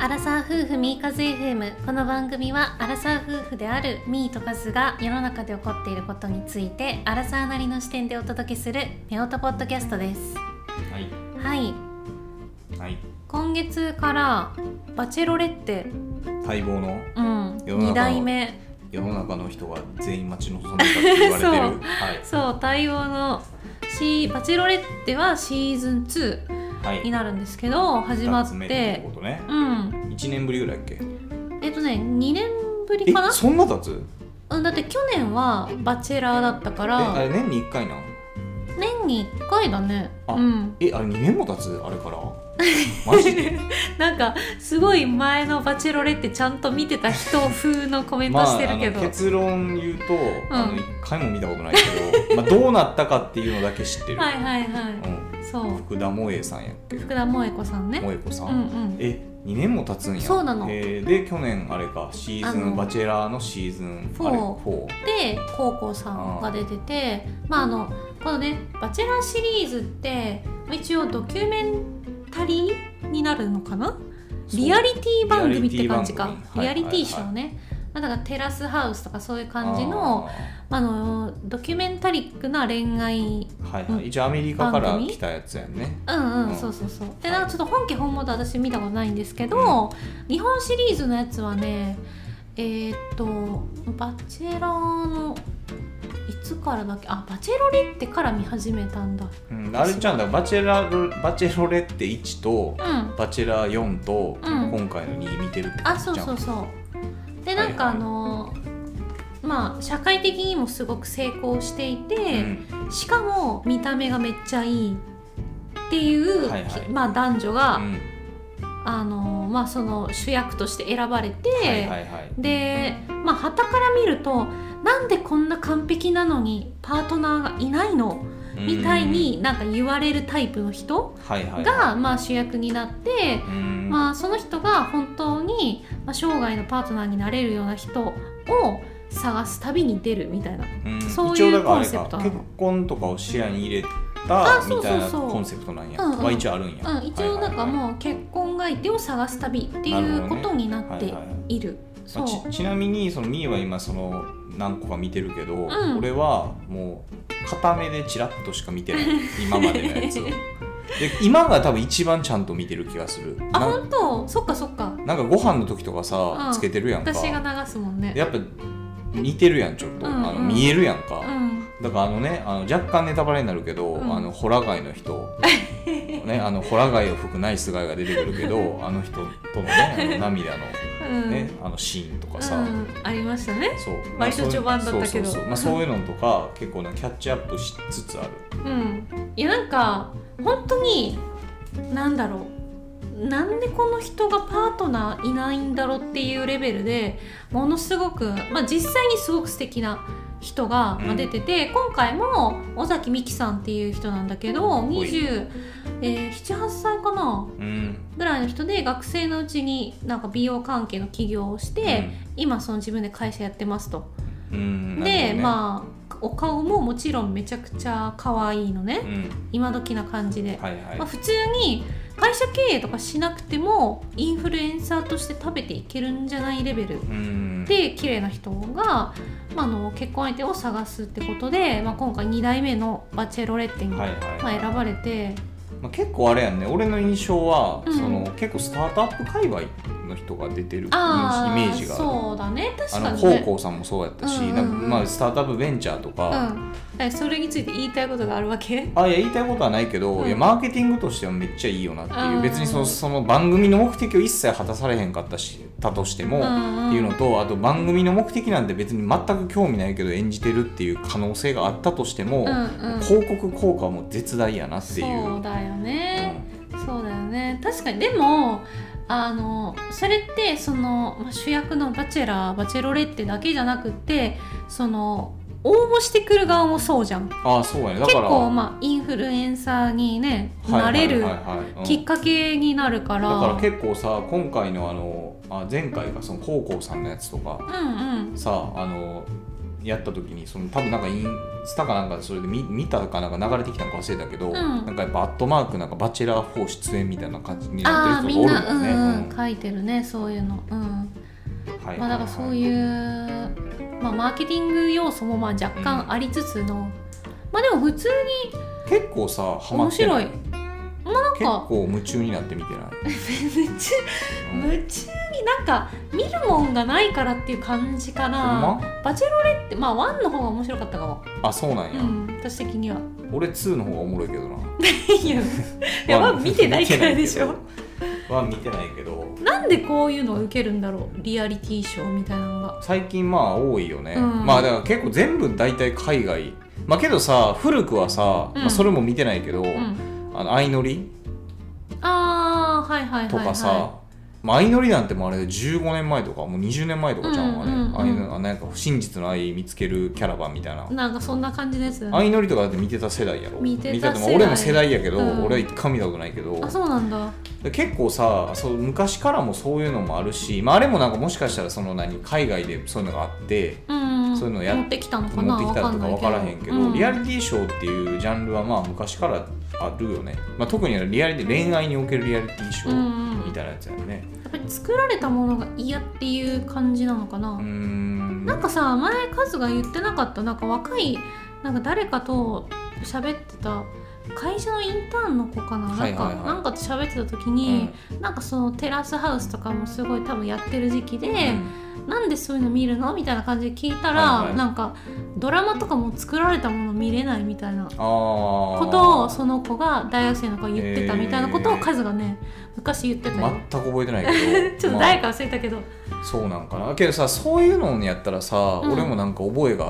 アラサー夫婦ミーカズ FM。 この番組はアラサー夫婦であるミーとカズが世の中で起こっていることについてアラサーなりの視点でお届けする夫婦ポッドキャストです。はい、今月からバチェロレッテ待望の、 2代目世の中の人が全員待ち望んでたって言われてるそう待望のバチェロレッテはシーズン2になるんですけど、始まって 2つ目ってことね。1年ぶりぐらいだっけ ？2年ぶりかな。 そんな経つ？ だって去年はバチェラーだったからあれ年に1回なん？ 年に1回だね。 あれ2年も経つ？あれからマジでなんかすごい前のバチェロレってちゃんと見てた人風のコメントしてるけど、 結論言うと1回も見たことないけどどうなったかっていうのだけ知ってる。そう福田萌さんやっけ。 福田萌子さんね。 萌子さん、2年も経つんや。 そうなの。 で去年あれかシーズンバチェラーのシーズン4 でコウコさんが出てて、このねバチェラーシリーズって一応ドキュメンタリーになるのかな。リアリティ番組って感じか。リアリティショーね。だからテラスハウスとかそういう感じのドキュメンタリックな恋愛、 一応アメリカから来たやつやんね。 そうでなんかちょっと本家本元私見たことないんですけど、日本シリーズのやつはねバチェラーのいつからだっけ。バチェロレッテから見始めたんだ。 あれちゃんだ。バチェロレッテ1と、バチェラー4と、今回の2見てるって感じじゃん。 そうでなんか社会的にもすごく成功していて、しかも見た目がめっちゃいいっていう、男女が、その主役として選ばれて、で傍から見るとなんでこんな完璧なのにパートナーがいないのみたいになんか言われるタイプの人が主役になって、その人が本当に生涯のパートナーになれるような人を探す旅に出るみたいな、そういうコンセプトなの。 結婚とかを視野に入れたみたいなコンセプトなんや。一応あるんや。 一応なんかもう結婚相手を探す旅っていうことになっている。 ちなみにそのミーは今その何個か見てるけど、俺はもう片目でチラッとしか見てない今までのやつで今が多分一番ちゃんと見てる気がする。 本当？そっかなんかご飯の時とかさ、つけてるやんか。 私が流すもんね。 やっぱ似てるやんちょっと、見えるやんか、だから若干ネタバレになるけど、ホラガイの人ね、ホラガイを吹くナイスガイが出てくるけどあの人とのね涙のシーンとかさ、 ありましたね。割と序盤だったけど、 そういうのとか結構キャッチアップしつつある。 いやなんか本当になんだろう、なんでこの人がパートナーいないんだろうっていうレベルでものすごく、実際にすごく素敵な人が出てて、今回も尾崎美紀さんっていう人なんだけど27、8歳かな、ぐらいの人で学生のうちになんか美容関係の起業をして、今その自分で会社やってますと。でお顔ももちろんめちゃくちゃ可愛いのね、今時な感じで、普通に会社経営とかしなくてもインフルエンサーとして食べていけるんじゃないレベルで綺麗な人が、結婚相手を探すってことで、今回2代目のバチェロレッテに、選ばれて、 結構あれやんね。俺の印象は、結構スタートアップ界隈の人が出てるイメージがある。 そうだね、確かにね。コウさんもそうやったし、スタートアップベンチャーとか、 それについて言いたいことがあるわけ？ いや言いたいことはないけど、マーケティングとしてはめっちゃいいよなっていう。別にその番組の目的を一切果たされへんかったとしても、っていうのと、あと番組の目的なんて別に全く興味ないけど演じてるっていう可能性があったとしても、広告効果はもう絶大やなっていう。 そうだよね、確かに。でもそれって主役のバチェロレッテだけじゃなくって応募してくる側もそうじゃん。 そうやね。 だから結構インフルエンサーにね、なれるきっかけになるから。 だから結構さ、今回の前回がそのコウコウさんのやつとか、さやった時にその多分なんかインスタかなんかでそれで見たかなんか流れてきたのか忘れたけど、なんかやっぱアットマークなんかバチェラー4出演みたいな感じになってる人がおるよね。 書いてるねそういうの。まあだからそういう、まあ、マーケティング要素もまあ若干ありつつの、まあでも普通に結構さハマってない。 面白い。まあなんか結構夢中になって見てない夢中になんか見るもんがないからっていう感じかな。バチェロレってまあ1の方が面白かったかも。 あ、そうなんや、 私的には。 俺2の方がおもろいけどな。 いや1見てないからでしょ。 1見てないけどなんでこういうのが受けるんだろう、リアリティショーみたいなのが最近まあ多いよね、まあだから結構全部大体海外、まあけどさ古くはさ、まあ、それも見てないけど、相乗りとかさ、相乗りなんてもうあれ15年前とかもう20年前とかじゃん、あれなんか真実の愛見つけるキャラバンみたいな、 なんかそんな感じです。 相乗りとかだって見てた世代やろ。 見てた世代。 俺も世代やけど、俺は一回見たことないけど。 あ、そうなんだ。 結構さ、そう昔からもそういうのもあるし、まあ、あれもなんかもしかしたらその海外でそういうのがあって、そういうの持ってきたのかな、 持ってきたとか分からへんけど、リアリティショーっていうジャンルはまあ昔からあるよね、まあ、特に恋愛におけるリアリティショーみたいなやつやね。 やっぱり作られたものが嫌っていう感じなのかな。なんかさ、前カズが言ってなかった、なんか若いなんか誰かと喋ってた会社のインターンの子かな、なんかと喋ってた時に、なんかそのテラスハウスとかもすごい多分やってる時期で、なんでそういうの見るのみたいな感じで聞いたら、なんかドラマとかも作られたもの見れないみたいなことをその子が大学生の子が言ってたみたいなことをカズがね昔言ってたよ。 全く覚えてないけどちょっと誰か忘れたけど、 そうなんかな。けどさ、そういうのやったらさ、俺もなんか覚えがあって、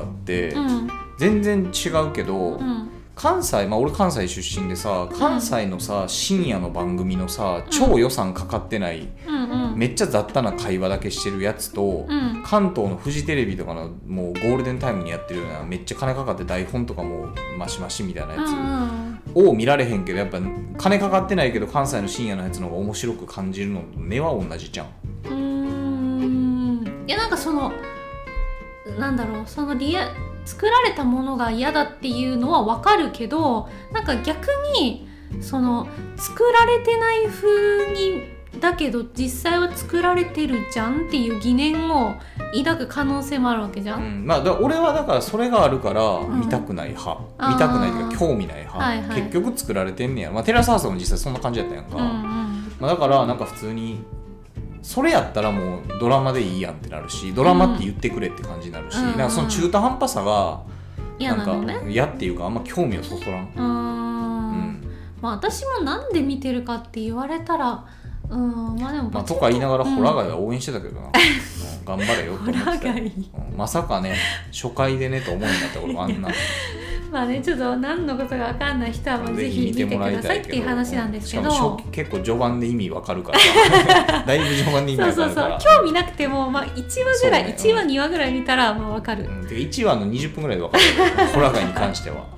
全然違うけど、関西、まあ俺関西出身でさ、関西のさ、深夜の番組のさ、超予算かかってない、めっちゃ雑多な会話だけしてるやつと、関東のフジテレビとかのもうゴールデンタイムにやってるようなめっちゃ金かかって台本とかもマシマシみたいなやつを見られへんけど、やっぱ金かかってないけど関西の深夜のやつの方が面白く感じるのと根は同じじゃん。 いやなんかそのなんだろう、その作られたものが嫌だっていうのは分かるけど、なんか逆にその作られてない風にだけど実際は作られてるじゃんっていう疑念を抱く可能性もあるわけじゃん、 まあ俺はだからそれがあるから見たくない派、見たくないというか興味ない派、結局作られてんねや。まあテラスハウスも実際そんな感じだったやんか、まあ、だからなんか普通にそれやったらもうドラマでいいやんってなるし、ドラマって言ってくれって感じになるし、なんかその中途半端さがなんか嫌っていうかあんま興味をそそらん。 まあ私もなんで見てるかって言われたらまあでもとか言いながらホラガイは応援してたけどな、頑張れよと思ってた、まさかね初回でねと思うんだった俺もあんなまあね、ちょっと何のことが分かんない人はぜひ見てくださいっていう話なんですけど、 しかも結構序盤で意味わかるからだいぶ序盤で意味わかるから興味なくても、まあ、1話ぐらい、1話2話ぐらい見たらまあ分かる、 1話の20分ぐらいで分かるホラガイに関しては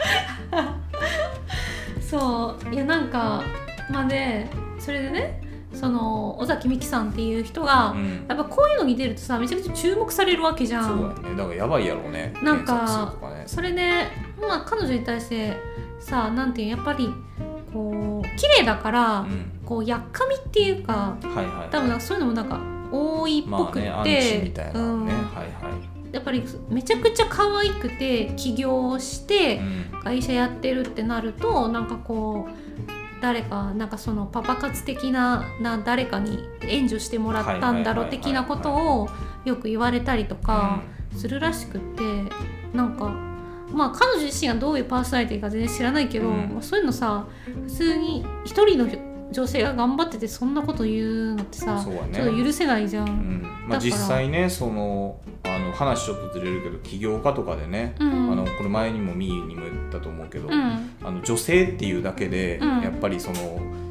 そういやなんかまあね、それでねその尾崎美紀さんっていう人が、やっぱこういうのに出るとさめちゃくちゃ注目されるわけじゃん。 そうだね、だからやばいやろうね。 なんかそれで、まあ、彼女に対してさ、なんていうやっぱりこう綺麗だから、こうやっかみっていうか、多分なんかそういうのもなんか多いっぽくって、 アンチみたいなね、 やっぱりめちゃくちゃ可愛くて起業して会社やってるってなると、なんかこう誰かなんかそのパパ活的な誰かに援助してもらったんだろう的なことをよく言われたりとかするらしくって、なんかまあ彼女自身がどういうパーソナリティか全然知らないけど、まあ、そういうのさ普通に一人の女性が頑張っててそんなこと言うのってさ、ちょっと許せないじゃん。 まあ、実際ねその話ちょっとずれるけど起業家とかでね、これ前にもミーにも言ったと思うけど、女性っていうだけで、やっぱりその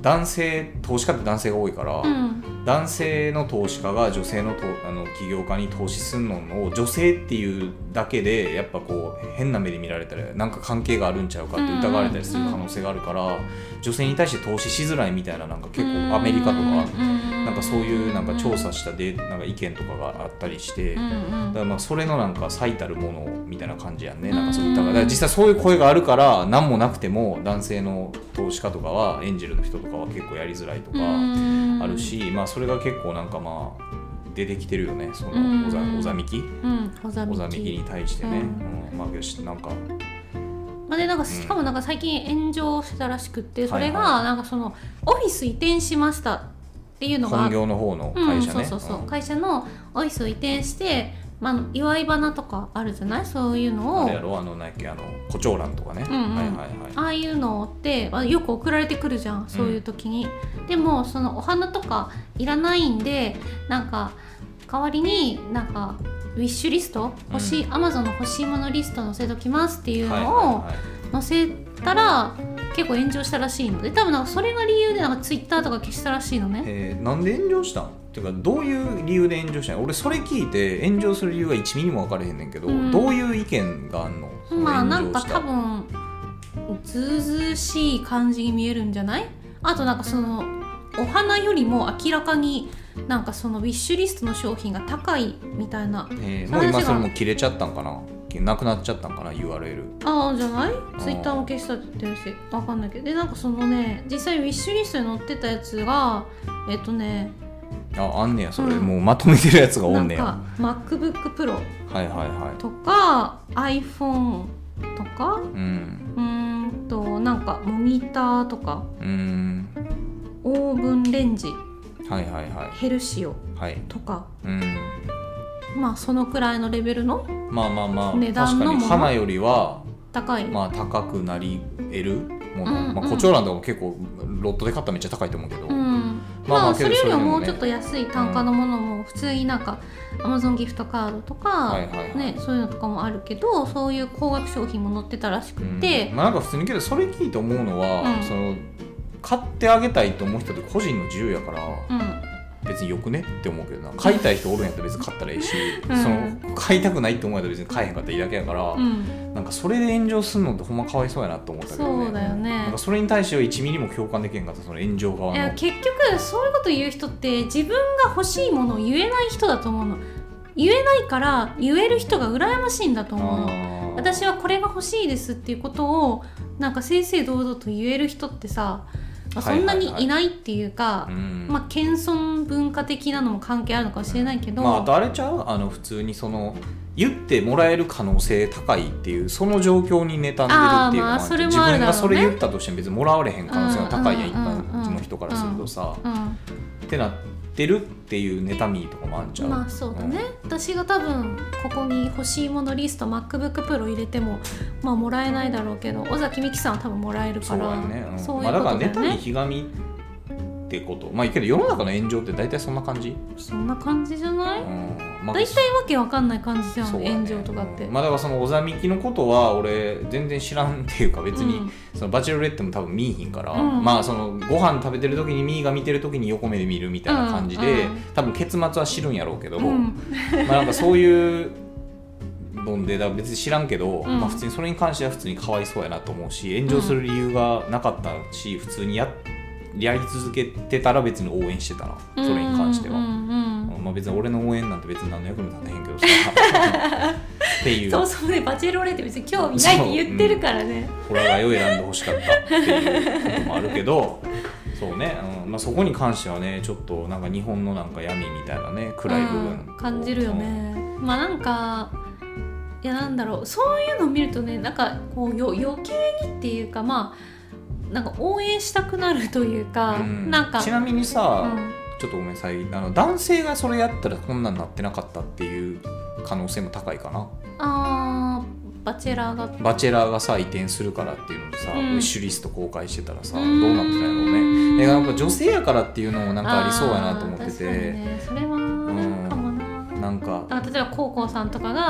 男性投資家って男性が多いから、 うん、 男性の投資家が女性の起業家に投資するのを女性っていうだけでやっぱこう変な目で見られたらなんか関係があるんちゃうかって疑われたりする可能性があるから、女性に対して投資しづらいみたいな、なんか結構アメリカとかなんかそういうなんか調査したなんか意見とかがあったりして、だからまあそれのなんか最たるものみたいな感じやんね。なんかそうだから実際そういう声があるから何もなくても男性の投資家とかはエンジェルの人とかは結構やりづらいとかあるし、まあそれが結構なんかまあ出てきてるよね、そのおざみきに対してね、まあなんかまあ、でなんかしかもなんか最近炎上したらしくって、それがなんかそのオフィス移転しましたっていうのが本業の方の会社ね、 会社のオフィスを移転して、まあ、祝い花とかあるじゃない、そういうのをあれやろ、なんやっけ、胡蝶蘭とかね、 ああいうのってよく送られてくるじゃん、そういう時に、でもそのお花とかいらないんで、なんか代わりになんかウィッシュリスト、Amazon の欲しいものリスト載せときますっていうのを載せたら結構炎上したらしいので、多分なんかそれが理由でなんか Twitter とか消したらしいのね。 なんで炎上したんっていうか、どういう理由で炎上したん？俺それ聞いて炎上する理由が1ミリも分からへんねんけど、どういう意見があんの？ まあなんか多分ずうずうしい感じに見えるんじゃない？あとなんかそのお花よりも明らかになんかそのウィッシュリストの商品が高いみたいな、 もう今それも切れちゃったんかな、なくなっちゃったんかな URL。 ああじゃない？ツイッターも消したって言ってるし分かんないけど、でなんかそのね、実際ウィッシュリストに載ってたやつがあんねやそれ、もうまとめてるやつがおんねや。 なんか MacBook Pro とか、 はい、 iPhone とか、なんかモニターとか、オーブンレンジ、ヘルシオとか、まあそのくらいのレベルの値段のもの、 確かに花よりは高い、 高くなり得るもの、胡蝶蘭とかも結構ロットで買ったらめっちゃ高いと思うけど、 まあそれよりももうちょっと安い単価のものも普通になんか Amazon ギフトカードとか、そういうのとかもあるけど、そういう高額商品も載ってたらしくて、 なんか普通にけどそれ聞いて思うのは、その買ってあげたいと思う人って個人の自由やから、別によくねって思うけどな。買いたい人おるんやったら別に買ったらいいし、その買いたくないって思うやったら別に買えへんかったらいいだけやから、なんかそれで炎上するのってほんまかわいそうやなと思ったけどね。 そうだよね。 なんかそれに対しては1ミリも共感できへんかった、その炎上側の。 いや結局そういうこと言う人って自分が欲しいものを言えない人だと思うの。言えないから言える人が羨ましいんだと思うの。私はこれが欲しいですっていうことをなんか正々堂々と言える人ってさ、そんなにいないっていうか、まあ謙遜文化的なのも関係あるのかもしれないけど、 あとあれちゃう、普通にその言ってもらえる可能性高いっていうその状況に妬んでるっていうのは、自分がそれ言ったとしても別にもらわれへん可能性が高いやん、一般の人からするとさ、ってなってるっていう妬みとかもあるんちゃう？ まあそうだね、私が多分ここに欲しいものリスト MacBook Pro 入れてもまあもらえないだろうけど、尾崎美紀さんは多分もらえるから、 そうやね、 そういうことだよね。 だから妬みひがみってこと、まあいいけど世の中の炎上って大体そんな感じ？ そんな感じじゃない？大体わけわかんない感じじゃん、炎上とかって。 だからその尾崎美紀のことは俺全然知らんっていうか、別にそのバチェロレッテも多分見いひんから、まあそのご飯食べてる時にミーが見てる時に横目で見るみたいな感じで、多分結末は知るんやろうけど、まあなんかそういうのでだ別に知らんけど、まあ普通にそれに関しては普通にかわいそうやなと思うし、炎上する理由がなかったし、普通にやり続けてたら別に応援してたな、それに関しては。まあ、別に俺の応援なんて別に何の役に立たへんけどさっていう、 そうそうね、バチェロレって別に興味ないって言ってるからね、 ホラガイを選んでほしかったっていうこともあるけどそうね、まあ、そこに関してはねちょっとなんか日本のなんか闇みたいなね暗い部分、 感じるよね。まあなんかいやなんだろう、そういうのを見るとね、なんかこう余計にっていうか、まあなんか応援したくなるというか、なんかちなみにさ、ちょっとごめんなさい、男性がそれやったらこんなんなってなかったっていう可能性も高いかな。 バチェラーがさ移転するからっていうのでさ、ウィッシュリスト公開してたらさ、どうなってたんやろうね。なんか女性やからっていうのもなんかありそうやなと思ってて、 確かにね、それはかもな。 なんか例えばコウコウさんとかが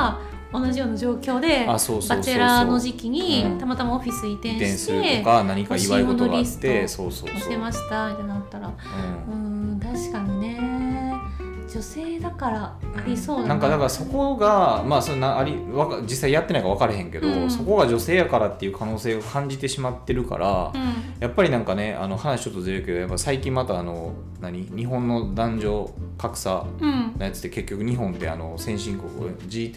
同じような状況でバチェラーの時期にたまたまオフィス移転してとか何か祝い事があって、 載せましたみたいなのあったら、確かにね、女性だからありそうだな。 なんかだからそこがまあそんな実際やってないか分からへんけど、そこが女性やからっていう可能性を感じてしまってるから、やっぱりなんかね、話ちょっとずれるけど、やっぱ最近また日本の男女格差のやつで、結局日本って先進国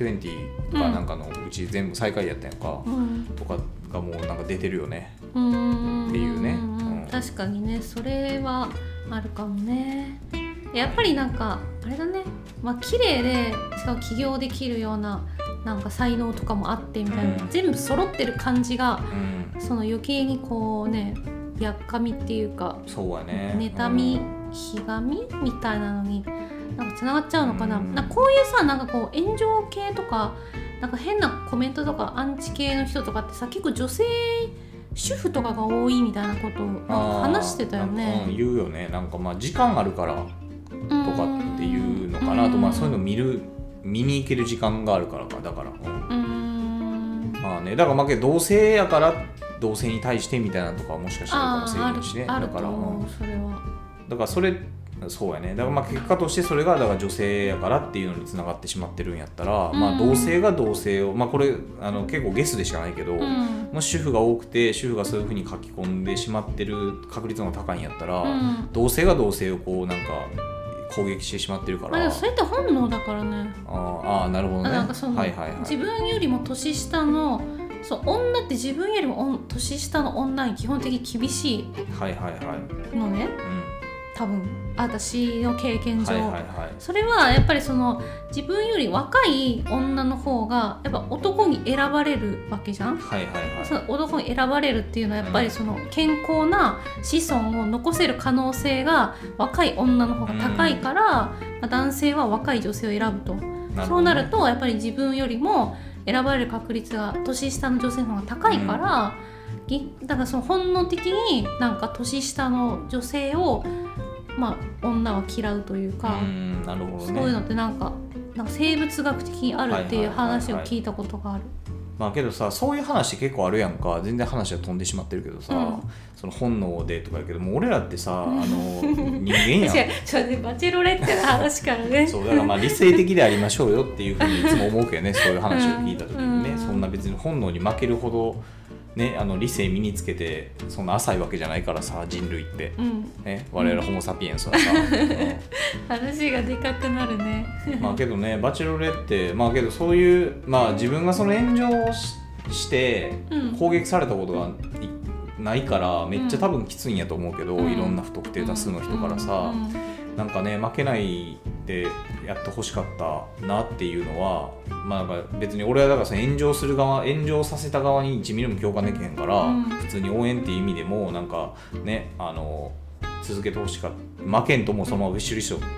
G20 かなんかのうち全部最下位やったんやんか、とかがもうなんか出てるよねっていうね。 確かにね、それはあるかもね。やっぱりなんかあれだね、まあ綺麗でしかも起業できるようななんか才能とかもあってみたいな、全部揃ってる感じが、その余計にこうね、やっかみっていうか、 そうやね、 妬み、ひがみみたいなのになんかつながっちゃうのかな。なんかこういうさ、なんかこう炎上系とかなんか変なコメントとかアンチ系の人とかってさ、結構女性主婦とかが多いみたいなことを話してたよね。 言うよね。なんかまあ時間あるからとかっていうのかなと、まあそういうの見に行ける時間があるからか、だから、まあね、だからまあ同性やから同性に対してみたいなのとかもしかしたらあるかもしれないしね。 だからそれはだからそれそうやね。だからまあ結果としてそれがだから女性やからっていうのにつながってしまってるんやったら、まあ同性が同性を、まあこれ結構ゲスでしかないけど、もし主婦が多くて主婦がそういうふうに書き込んでしまってる確率が高いんやったら、同性が同性をこうなんか攻撃してしまってるから、 まあ、それって本能だからね。 ああ、なるほどね。 なんかその、自分よりも年下の女って自分よりも年下の女に基本的に厳しいのね、多分私の経験上、それはやっぱりその自分より若い女の方がやっぱ男に選ばれるわけじゃん。その男に選ばれるっていうのはやっぱりその健康な子孫を残せる可能性が若い女の方が高いから、まあ、男性は若い女性を選ぶと。そうなるとやっぱり自分よりも選ばれる確率が年下の女性の方が高いから、だからその本能的になんか年下の女性をまあ女は嫌うというか、 なるほどね、 そういうのってなんか生物学的にあるっていう話を聞いたことがある。 まあけどさ、そういう話結構あるやんか。全然話は飛んでしまってるけどさ、その本能でとかやけど、もう俺らってさ、人間やん。 バチェロレッテの話からね。 そうだからまあ理性的でありましょうよっていうふうにいつも思うけどね、そういう話を聞いた時にね、そんな別に本能に負けるほどね、理性身につけてそんな浅いわけじゃないからさ、人類って、ね、我々ホモ・サピエンスはさ、 話がでかくなるね。 まあけどね、バチェロレって、まあけどそういう、まあ自分がその炎上をして攻撃されたことがないからめっちゃ多分きついんやと思うけど、いろんな不特定多数の人からさ、なんかね、負けないでやってほしかったなっていうのは、まあ、なんか別に俺はだからその炎上させた側に1ミリも共感できへんから、普通に応援っていう意味でもなんかね、続けてほしかった。負けんともそのままウィッシュリスト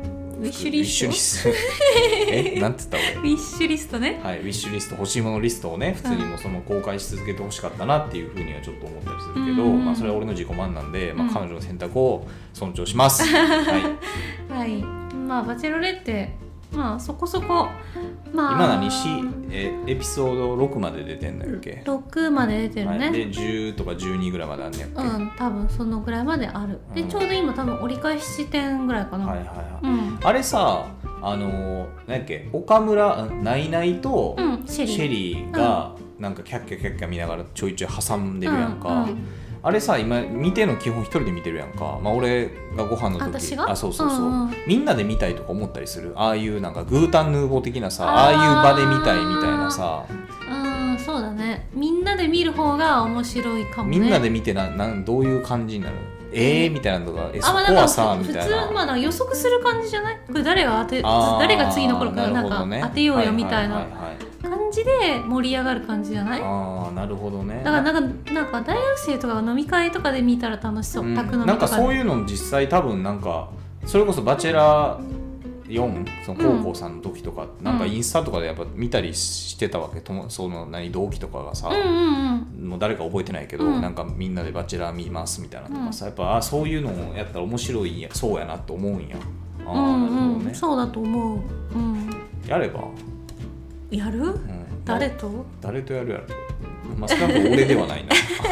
なんて言った俺、 ウィッシュリストね、 はい、ウィッシュリスト、欲しいものリストをね、普通にもその公開し続けてほしかったなっていうふうにはちょっと思ったりするけど、まあそれは俺の自己満なんで、まあ、彼女の選択を尊重します。 はい、まあバチェロレってまあそこそこ、まあ今エピソード6まで出てんだっけ。 6まで出てるね、 で10とか12ぐらいまであんねやっけ。 多分そのぐらいまである。でちょうど今多分折り返し地点ぐらいかな。あれさ、なんやっけ、岡村ないないとシェリーがなんかキャッキャキャッキャ見ながらちょいちょい挟んでるやんか。あれさ、今見てるの基本一人で見てるやんか。まあ俺がご飯の時、そうそうそう、みんなで見たいとか思ったりする。ああいうなんかグータンヌーボー的なさ、ああいう場で見たいみたいなさ。 そうだね。みんなで見る方が面白いかもね。 みんなで見てどういう感じになる？みたいなのが、そこはさみたいな。 普通まあ予測する感じじゃない？これ誰が次残るかなんか当てようよみたいな感じで盛り上がる感じじゃない？ なるほどね。 だからなんか大学生とかが飲み会とかで見たら楽しそう。宅飲みとかで。 なんかそういうの実際多分なんかそれこそバチェラー4、その高校さんの時とか、なんかインスタとかでやっぱ見たりしてたわけ。その同期とかがさ、もう誰か覚えてないけど、なんかみんなでバチェラー見ますみたいなとかさ、やっぱそういうのをやったら面白いそうやなと思うんや。なるほどね。 そうだと思う。 やればやる、誰とやるやろ。まあ少なくとも俺ではないな。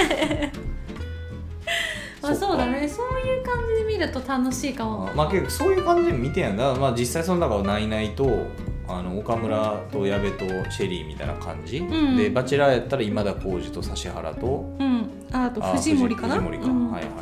まあそうだね、そういう感じで見ると楽しいかも。 まあ結構そういう感じで見てんやんだ。まあ実際そのだからナイナイと岡村と矢部とシェリーみたいな感じ、でバチェラーやったら今田耕司と指原と、 あと藤森かな。 藤森か、はいはいはい、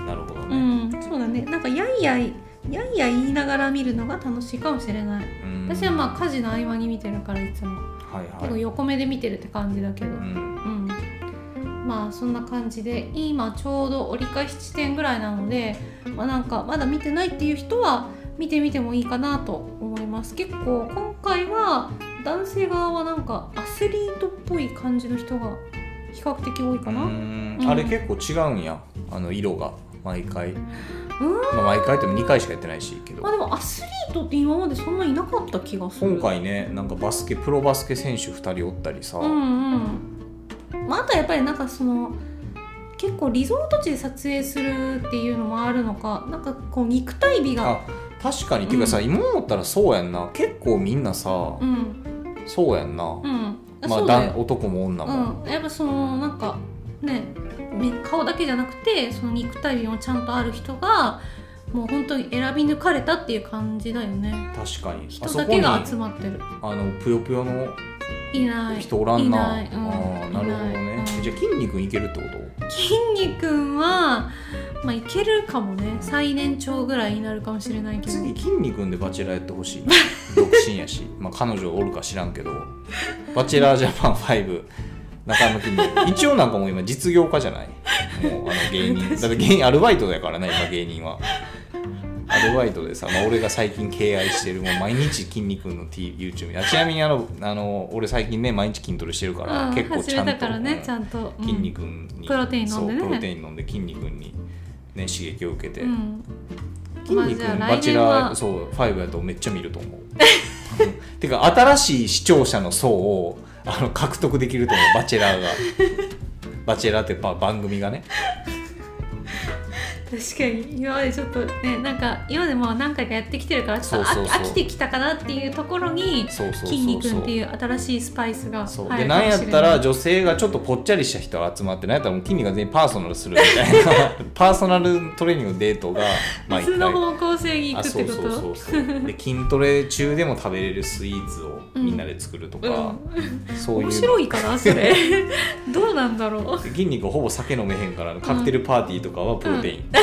なるほどね。 そうだね、なんかやいやい言いながら見るのが楽しいかもしれない。私はまあ家事の合間に見てるからいつも、結構横目で見てるって感じだけど、まあそんな感じで今ちょうど折り返し地点ぐらいなので、なんかまだ見てないっていう人は見てみてもいいかなと思います。結構今回は男性側はなんかアスリートっぽい感じの人が比較的多いかな。 あれ結構違うんや、色が毎回。毎回っても2回しかやってないしけど、 でもアスリートって今までそんないなかった気がする。 今回ね、なんかプロバスケ選手2人おったりさ、 あとやっぱりなんかその結構リゾート地で撮影するっていうのもあるのか、なんかこう肉体美が確かに、っていうかさ、今思ったらそうやんな、結構みんなさ、そうやんな、まあ男も女も、 やっぱそのなんかね、顔だけじゃなくてその肉体美もちゃんとある人がもう本当に選び抜かれたっていう感じだよね。 確かに人だけが集まってる。 ぷよぷよの人おらんな。なるほどね。じゃあ筋肉いけるってこと？ 筋肉はまあいけるかもね。最年長ぐらいになるかもしれないけど、 次筋肉でバチェラーやってほしい。独身やし、まあ彼女おるか知らんけど、バチェラージャパン5中山筋肉一応なんかもう今実業家じゃない、もう芸人だって芸人アルバイトだからね、今芸人はアルバイトでさ、俺が最近敬愛してるもう毎日筋肉の YouTube ちなみに俺最近ね毎日筋トレしてるから、結構ちゃんと、 ちゃんと筋肉にプロテイン飲んでね、 プロテイン飲んで筋肉にね刺激を受けて、筋肉バチェラーそう5やとめっちゃ見ると思うてか新しい視聴者の層を獲得できると思う、バチェラーがバチェラーって番組がね。 確かに今までちょっとね、なんか今でも何回かやってきてるからちょっと飽きてきたかなっていうところに筋肉っていう新しいスパイスが入るかもしれない。 でなんやったら女性がちょっとぽっちゃりした人が集まって、なんやったらもう筋肉が全員パーソナルするみたいなパーソナルトレーニングのデートが別の方向性に行くってこと？ そうで筋トレ中でも食べれるスイーツをみんなで作るとか、そういう面白いかなそれどうなんだろう。 筋肉ほぼ酒飲めへんからカクテルパーティーとかはプロテイン、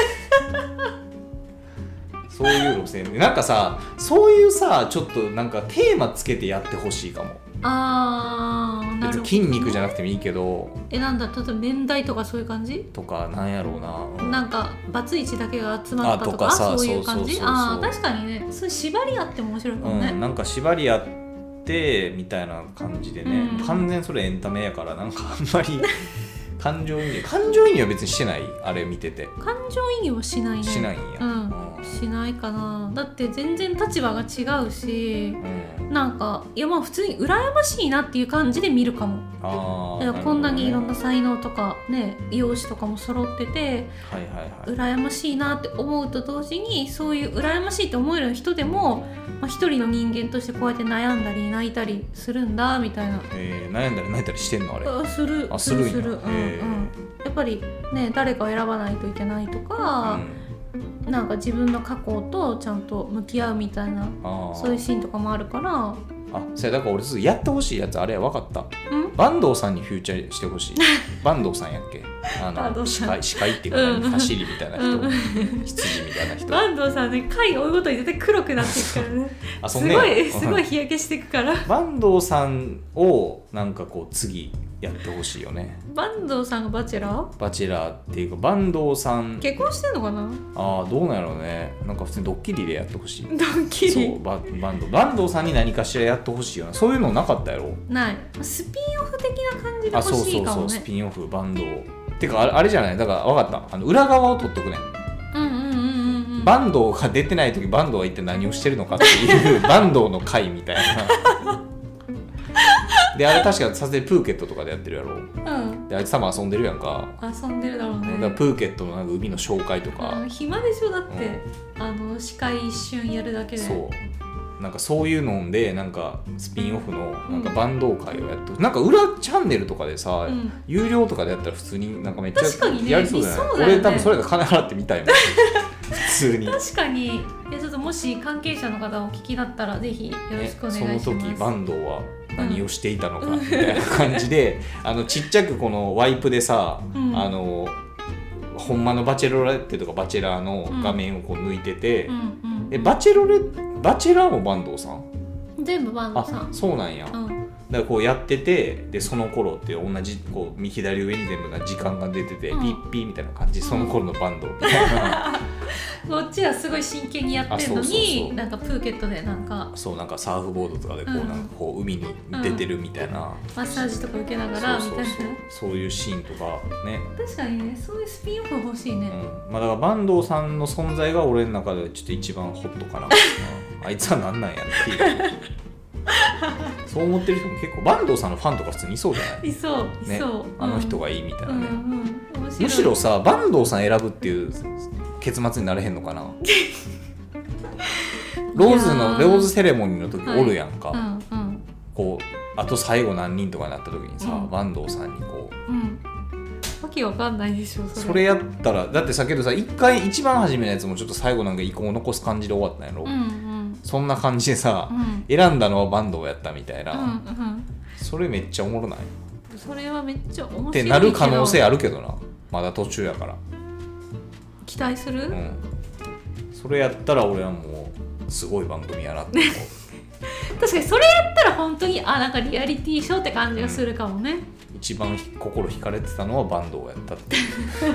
そういう路線でなんかさ、そういうさちょっとなんかテーマつけてやってほしいかも。 なるほど。 別に筋肉じゃなくてもいいけど、 なんだ、例えば年代とかそういう感じとかなんやろうな、 なんかバツイチだけが集まったとかそういう感じ。確かにね、そういう縛りあっても面白いかもね、 なんか縛りあってみたいな感じでね、完全それエンタメやからなんかあんまり感情移入は別にしてない、あれ見てて感情移入はしないね。 しないんや、 しないかな。だって全然立場が違うし、なんかいやまあ普通に羨ましいなっていう感じで見るかも。だからこんなにいろんな才能とかね、容姿とかも揃ってて、羨ましいなって思うと同時に、そういう羨ましいと思える人でも、一人の人間としてこうやって悩んだり泣いたりするんだみたいな。 悩んだり泣いたりしてんのあれ？ するやっぱりね、誰かを選ばないといけないとか、なんか自分の過去とちゃんと向き合うみたいな、そういうシーンとかもあるから。 それだから俺やってほしいやつあれ分かった。坂東さんにフューチャーしてほしい。坂東さんやっけ、司会っていうか走りみたいな人羊みたいな人。 坂東さんね、回追うごとに絶対黒くなっていくからねすごい日焼けしていくから。 坂東さんをなんかこう次やってほしいよね。 坂東さんがバチェラーっていうか、坂東さん結婚してんのかな。 どうなんやろうね。なんか普通にドッキリでやってほしい。 ドッキリ。 そう坂東さんに何かしらやってほしいよな。そういうのなかったやろ。 ない。スピンオフ的な感じで欲しいかもね。 スピンオフ坂東てかあれじゃない。だから分かった、裏側を取っとくね。坂東が出てない時、坂東は一体何をしてるのかっていう坂東の会みたいなであれ確か撮影プーケットとかでやってるやろ。であいつ多分遊んでるやんか。 遊んでるだろうね。 だからプーケットのなんか海の紹介とか、 暇でしょだって、司会一瞬やるだけで。 そうなんかそういうのでなんかスピンオフのなんかバンド会をやって、なんか裏チャンネルとかでさ、有料とかでやったら普通になんかめっちゃやりそうじゃない？俺多分それが金払ってみたいもん普通に。 確かに。ちょっともし関係者の方お聞きだったらぜひよろしくお願いします。 その時バンドは何をしていたのかみたいな感じで、ちっちゃくこのワイプでさ、ほんまのバチェロレッテとかバチェラーの画面をこう抜いてて、バチェラーも坂東さん？ 全部坂東さん。 あ、そうなんや。だからこうやってて、でその頃って同じこう左上に全部な時間が出てて、ピッピーみたいな感じ、その頃の坂東みたいな。 こっちはすごい真剣にやってるのに、なんかプーケットでなんかなんかサーフボードとかでこうなんかこう海に出てるみたいな、 マッサージとか受けながらみたいな、 そういうシーンとかね。 確かにね、そういうスピンオフ欲しいね。 まあだから坂東さんの存在が俺の中でちょっと一番ホットかな。あいつはなんなんやっていう。そう思ってる人も結構坂東さんのファンとか普通にいそうじゃない？ いそう、 ね、あの人がいいみたいなね。 むしろさ、坂東さん選ぶっていう結末になれへんのかな。ローズセレモニーの時おるやんか、こうあと最後何人とかになった時にさ、坂東さんにこう、 わけわかんないでしょそれやったら。だってさけどさ、一番初めのやつもちょっと最後なんか遺恨を残す感じで終わったんやろ、そんな感じでさ、選んだのは坂東やったみたいな、それめっちゃおもろない？ それはめっちゃ面白いってなる可能性あるけどな、まだ途中やから。 期待する？ それやったら俺はもうすごい番組やなって思う。 確かにそれやったら本当になんかリアリティショーって感じがするかもね。 一番心惹かれてたのは坂東やったっていう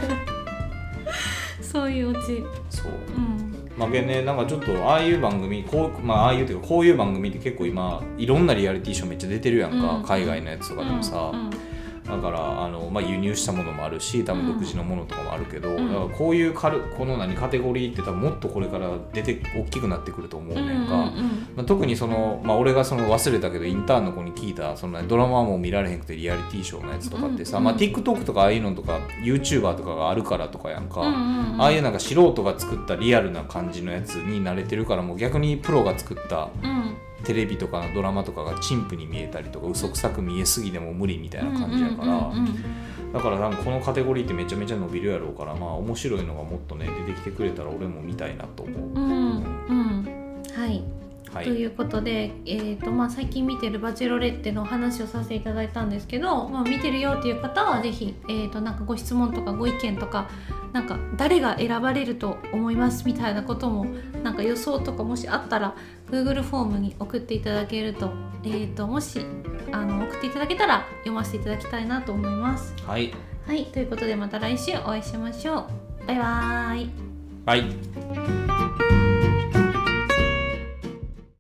そういうオチ。 そう、まあね、なんかちょっとああいう番組ああいうっていうかこういう番組って結構今いろんなリアリティショーめっちゃ出てるやんか、海外のやつとかでもさ、だから輸入したものもあるし、多分独自のものとかもあるけど、だからこういうこのカテゴリーって多分もっとこれから大きくなってくると思うねんか、特に俺が忘れたけどインターンの子に聞いたドラマも見られへんくてリアリティショーのやつとかってさ、TikTok とかああいうのとか YouTuber とかがあるからとかやんか、ああいうなんか素人が作ったリアルな感じのやつに慣れてるから、もう逆にプロが作ったテレビとかのドラマとかが陳腐に見えたりとか嘘くさく見えすぎでも無理みたいな感じやから、だからなんかこのカテゴリーってめちゃめちゃ伸びるやろうから、面白いのがもっとね出てきてくれたら俺も見たいなと思う。 はい、ということで、最近見てるバチェロレッテの話をさせていただいたんですけど、見てるよっていう方はぜひ、なんかご質問とかご意見とか、なんか誰が選ばれると思いますみたいなこともなんか予想とかもしあったら Google フォームに送っていただけると、もし送っていただけたら読ませていただきたいなと思います。はい、ということでまた来週お会いしましょう。バイバーイ。